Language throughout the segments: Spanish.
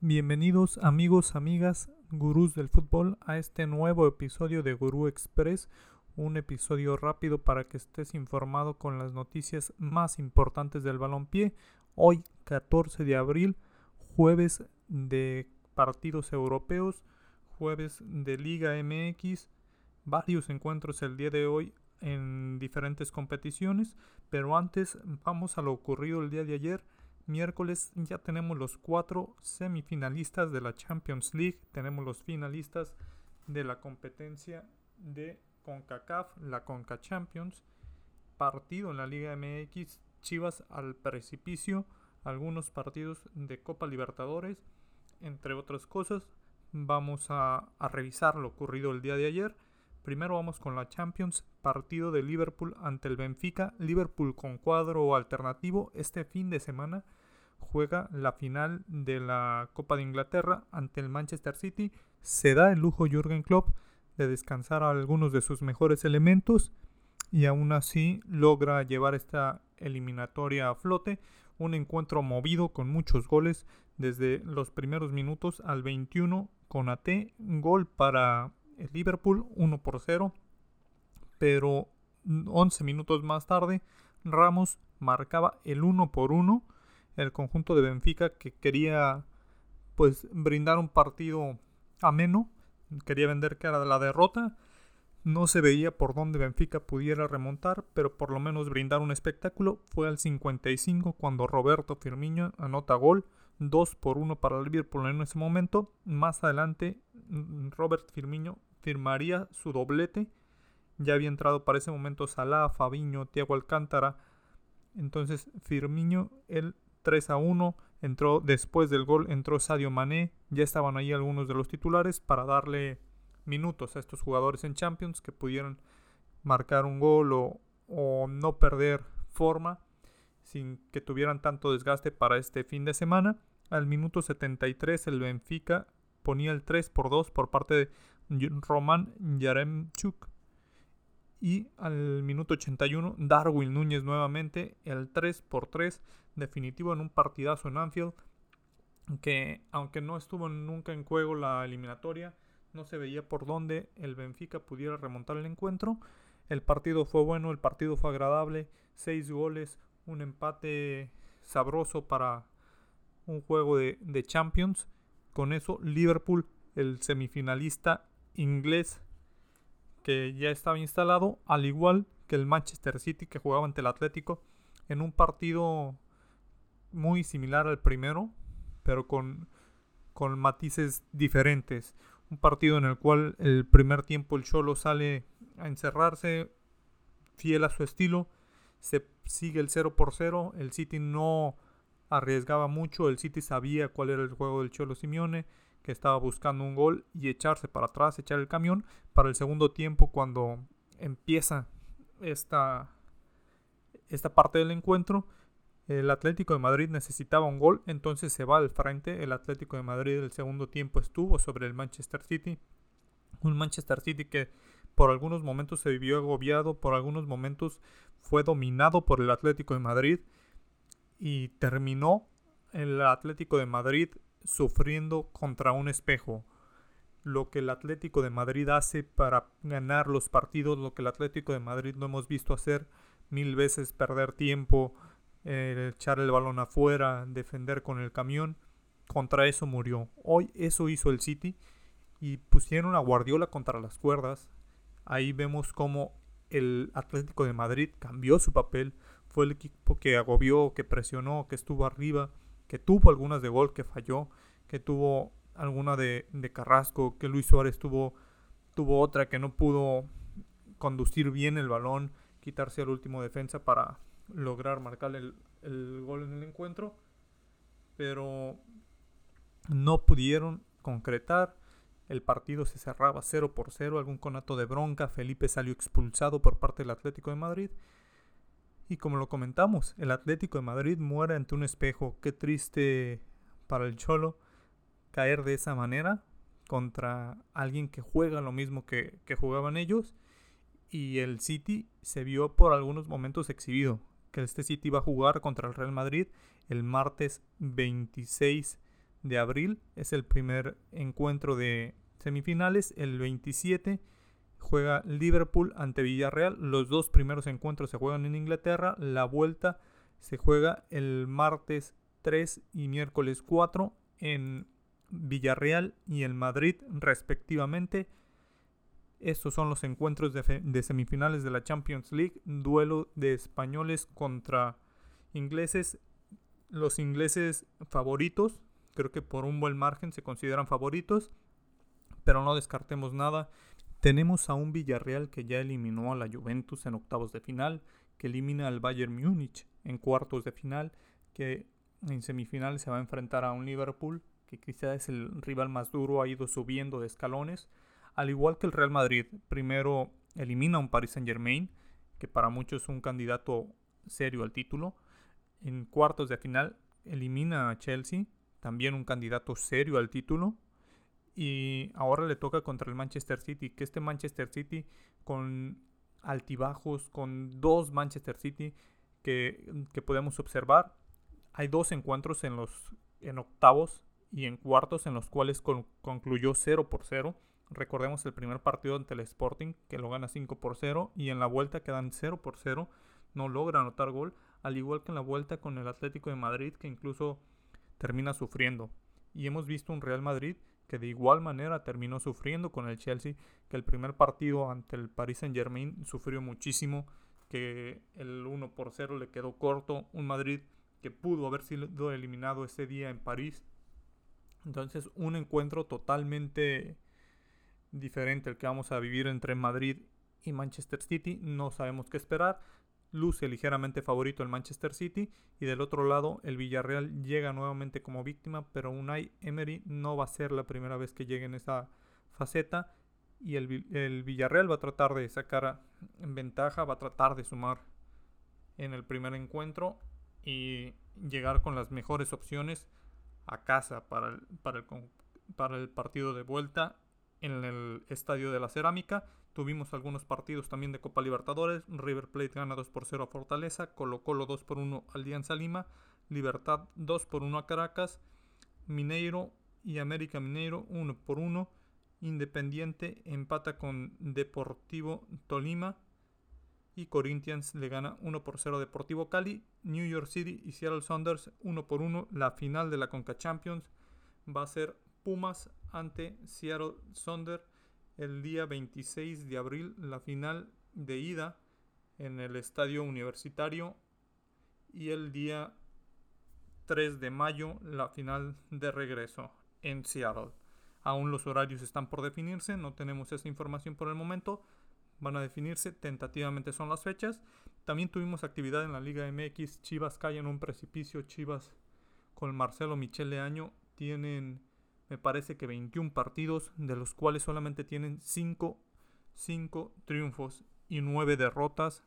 Bienvenidos amigos, amigas, gurús del fútbol a este nuevo episodio de Gurú Express, un episodio rápido para que estés informado con las noticias más importantes del balompié. Hoy 14 de abril, jueves de partidos europeos, jueves de Liga MX, varios encuentros el día de hoy en diferentes competiciones, pero antes vamos a lo ocurrido el día de ayer. Miércoles ya tenemos los 4 semifinalistas de la Champions League. Tenemos los finalistas de la competencia de CONCACAF, la CONCA Champions. Partido en la Liga MX, Chivas al precipicio. Algunos partidos de Copa Libertadores, entre otras cosas. Vamos a revisar lo ocurrido el día de ayer. Primero vamos con la Champions, partido de Liverpool ante el Benfica. Liverpool con cuadro alternativo este fin de semana juega la final de la Copa de Inglaterra ante el Manchester City. Se da el lujo Jürgen Klopp de descansar a algunos de sus mejores elementos y aún así logra llevar esta eliminatoria a flote. Un encuentro movido con muchos goles desde los primeros minutos al 21 con AT, gol para el Liverpool 1-0, pero 11 minutos más tarde Ramos marcaba el 1-1. El conjunto de Benfica, que quería brindar un partido ameno, quería vender cara de la derrota. No se veía por dónde Benfica pudiera remontar, pero por lo menos brindar un espectáculo. Fue al 55 cuando Roberto Firmino anota gol, 2-1 para el Liverpool en ese momento. Más adelante Robert Firmino firmaría su doblete. Ya había entrado para ese momento Salah, Fabinho, Thiago Alcántara. Entonces Firmino, el 3-1, entró después del gol, entró Sadio Mané. Ya estaban ahí algunos de los titulares para darle minutos a estos jugadores en Champions que pudieran marcar un gol o no perder forma sin que tuvieran tanto desgaste para este fin de semana. Al minuto 73 el Benfica ponía el 3-2 por parte de Roman Yaremchuk. Y al minuto 81 Darwin Núñez nuevamente el 3-3 definitivo en un partidazo en Anfield, que aunque no estuvo nunca en juego la eliminatoria, no se veía por dónde el Benfica pudiera remontar el encuentro. El partido fue bueno, el partido fue agradable, 6 goles, un empate sabroso para un juego de Champions. Con eso Liverpool, el semifinalista inglés, que ya estaba instalado, al igual que el Manchester City, que jugaba ante el Atlético, en un partido muy similar al primero, pero con matices diferentes. Un partido en el cual el primer tiempo el Cholo sale a encerrarse, fiel a su estilo, se sigue el 0-0, el City no arriesgaba mucho, el City sabía cuál era el juego del Cholo Simeone, que estaba buscando un gol y echarse para atrás, echar el camión. Para el segundo tiempo, cuando empieza esta parte del encuentro, el Atlético de Madrid necesitaba un gol, entonces se va al frente. El Atlético de Madrid el segundo tiempo estuvo sobre el Manchester City. Un Manchester City que por algunos momentos se vivió agobiado, por algunos momentos fue dominado por el Atlético de Madrid y terminó el Atlético de Madrid sufriendo contra un espejo. Lo que el Atlético de Madrid hace para ganar los partidos, lo que el Atlético de Madrid lo hemos visto hacer 1000 veces, perder tiempo, echar el balón afuera, defender con el camión, contra eso murió. Hoy eso hizo el City y pusieron a Guardiola contra las cuerdas. Ahí vemos cómo el Atlético de Madrid cambió su papel. Fue el equipo que agobió, que presionó, que estuvo arriba, que tuvo algunas de gol que falló, que tuvo alguna de Carrasco, que Luis Suárez tuvo otra que no pudo conducir bien el balón, quitarse al último defensa para lograr marcar el gol en el encuentro, pero no pudieron concretar. El partido se cerraba 0-0, algún conato de bronca. Felipe salió expulsado por parte del Atlético de Madrid. Y como lo comentamos, el Atlético de Madrid muere ante un espejo. Qué triste para el Cholo caer de esa manera contra alguien que juega lo mismo que jugaban ellos. Y el City se vio por algunos momentos exhibido. Que este City iba a jugar contra el Real Madrid el martes 26 de abril es el primer encuentro de semifinales. El 27 juega Liverpool ante Villarreal. Los dos primeros encuentros se juegan en Inglaterra. La vuelta se juega el martes 3 y miércoles 4 en Villarreal y en Madrid respectivamente. Estos son los encuentros de semifinales de la Champions League. Duelo de españoles contra ingleses. Los ingleses favoritos, creo que por un buen margen se consideran favoritos, pero no descartemos nada. Tenemos a un Villarreal que ya eliminó a la Juventus en octavos de final, que elimina al Bayern Múnich en cuartos de final, que en semifinales se va a enfrentar a un Liverpool que quizás es el rival más duro, ha ido subiendo de escalones, al igual que el Real Madrid. Primero elimina a un Paris Saint-Germain, que para muchos es un candidato serio al título. En cuartos de final elimina a Chelsea, también un candidato serio al título. Y ahora le toca contra el Manchester City, que este Manchester City con altibajos, con dos Manchester City que podemos observar. Hay dos encuentros en octavos y en cuartos en los cuales concluyó 0-0. Recordemos el primer partido ante el Sporting, que lo gana 5-0, y en la vuelta quedan 0-0, no logra anotar gol, al igual que en la vuelta con el Atlético de Madrid, que incluso termina sufriendo. Y hemos visto un Real Madrid que de igual manera terminó sufriendo con el Chelsea, que el primer partido ante el Paris Saint-Germain sufrió muchísimo, que el 1-0 le quedó corto, un Madrid que pudo haber sido eliminado ese día en París. Entonces un encuentro totalmente diferente el que vamos a vivir entre Madrid y Manchester City. No sabemos qué esperar. Luce ligeramente favorito el Manchester City, y del otro lado el Villarreal llega nuevamente como víctima, pero Unai Emery no va a ser la primera vez que llegue en esa faceta, y el Villarreal va a tratar de sacar ventaja, va a tratar de sumar en el primer encuentro y llegar con las mejores opciones a casa para el partido de vuelta en el Estadio de la Cerámica. Tuvimos algunos partidos también de Copa Libertadores. River Plate gana 2-0 a Fortaleza, Colo-Colo 2-1 a Alianza Lima, Libertad 2-1 a Caracas, Mineiro y América Mineiro 1-1, Independiente empata con Deportivo Tolima y Corinthians le gana 1-0 a Deportivo Cali. New York City y Seattle Sounders 1-1. La final de la Conca Champions va a ser Pumas ante Seattle Sounders el día 26 de abril, la final de ida en el Estadio Universitario, y el día 3 de mayo la final de regreso en Seattle. Aún los horarios están por definirse, no tenemos esa información por el momento, van a definirse, tentativamente son las fechas. También tuvimos actividad en la Liga MX. Chivas cae en un precipicio. Chivas con Marcelo Michel Leaño tienen, me parece que 21 partidos, de los cuales solamente tienen 5 triunfos y 9 derrotas.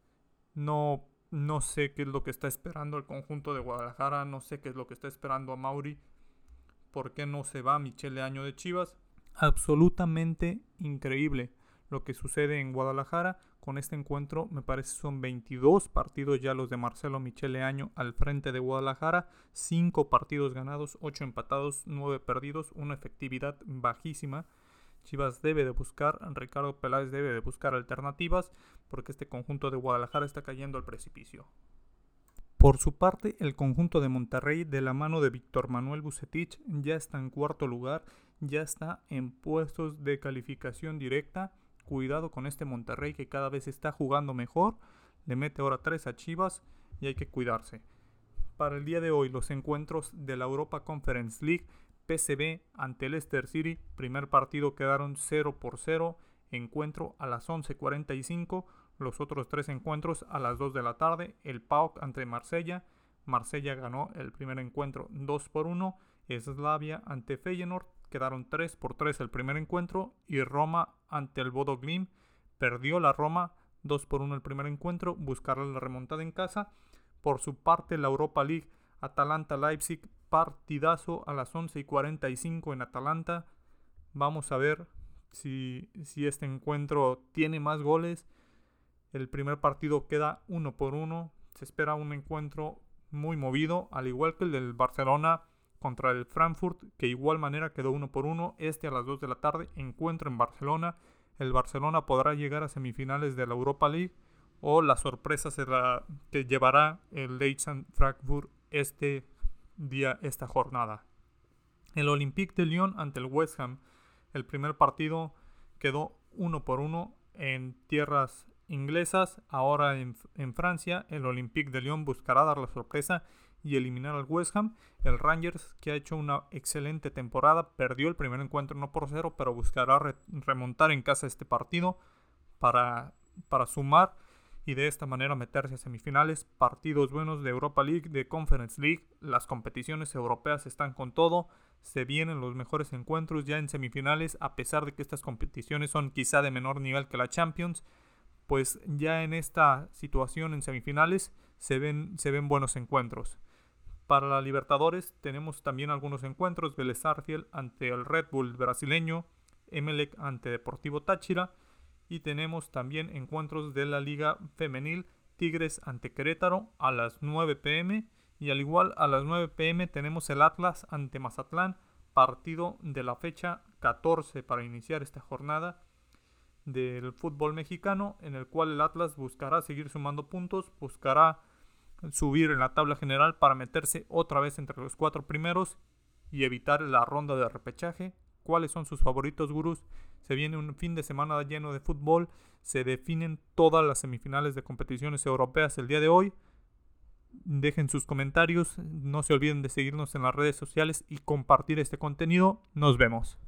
No sé qué es lo que está esperando el conjunto de Guadalajara, no sé qué es lo que está esperando a Mauri. ¿Por qué no se va Michel Leaño de Chivas? Absolutamente increíble lo que sucede en Guadalajara con este encuentro. Me parece son 22 partidos ya los de Marcelo Michel Leaño al frente de Guadalajara, 5 partidos ganados, 8 empatados, 9 perdidos, una efectividad bajísima. Chivas debe de buscar, Ricardo Peláez debe de buscar alternativas, porque este conjunto de Guadalajara está cayendo al precipicio. Por su parte, el conjunto de Monterrey, de la mano de Víctor Manuel Vucetich, ya está en cuarto lugar, ya está en puestos de calificación directa. Cuidado con este Monterrey que cada vez está jugando mejor, le mete ahora 3 a Chivas y hay que cuidarse. Para el día de hoy, los encuentros de la Europa Conference League: PSV ante el Leicester City, primer partido quedaron 0-0, encuentro a las 11:45, los otros 3 encuentros a las 2 de la tarde, el PAOK ante Marsella ganó el primer encuentro 2-1, Slavia ante Feyenoord quedaron 3-3 el primer encuentro, y Roma ante el Bodo Glimt perdió la Roma 2-1 el primer encuentro, buscará la remontada en casa. Por su parte, la Europa League, Atalanta-Leipzig, partidazo a las 11:45 en Atalanta. Vamos a ver si este encuentro tiene más goles. El primer partido queda 1-1. Se espera un encuentro muy movido, al igual que el del Barcelona contra el Frankfurt, que de igual manera quedó 1-1. A las 2 de la tarde, encuentro en Barcelona. El Barcelona podrá llegar a semifinales de la Europa League, o la sorpresa será que llevará el Eintracht Frankfurt esta jornada. El Olympique de Lyon ante el West Ham. El primer partido quedó 1-1 en tierras inglesas. Ahora en Francia, el Olympique de Lyon buscará dar la sorpresa y eliminar al West Ham. El Rangers, que ha hecho una excelente temporada, perdió el primer encuentro 1-0, pero buscará remontar en casa este partido para sumar y de esta manera meterse a semifinales. Partidos buenos de Europa League, de Conference League. Las competiciones europeas están con todo. Se vienen los mejores encuentros ya en semifinales, a pesar de que estas competiciones son quizá de menor nivel que la Champions. Pues ya en esta situación en semifinales se ven buenos encuentros. Para la Libertadores tenemos también algunos encuentros. Vélez Sarsfield ante el Red Bull brasileño, Emelec ante Deportivo Táchira, y tenemos también encuentros de la Liga Femenil, Tigres ante Querétaro a las 9 p.m. y al igual a las 9 p.m. tenemos el Atlas ante Mazatlán, partido de la fecha 14 para iniciar esta jornada del fútbol mexicano, en el cual el Atlas buscará seguir sumando puntos, buscará subir en la tabla general para meterse otra vez entre los 4 primeros y evitar la ronda de repechaje. ¿Cuáles son sus favoritos, gurús? Se viene un fin de semana lleno de fútbol. Se definen todas las semifinales de competiciones europeas el día de hoy. Dejen sus comentarios. No se olviden de seguirnos en las redes sociales y compartir este contenido. Nos vemos.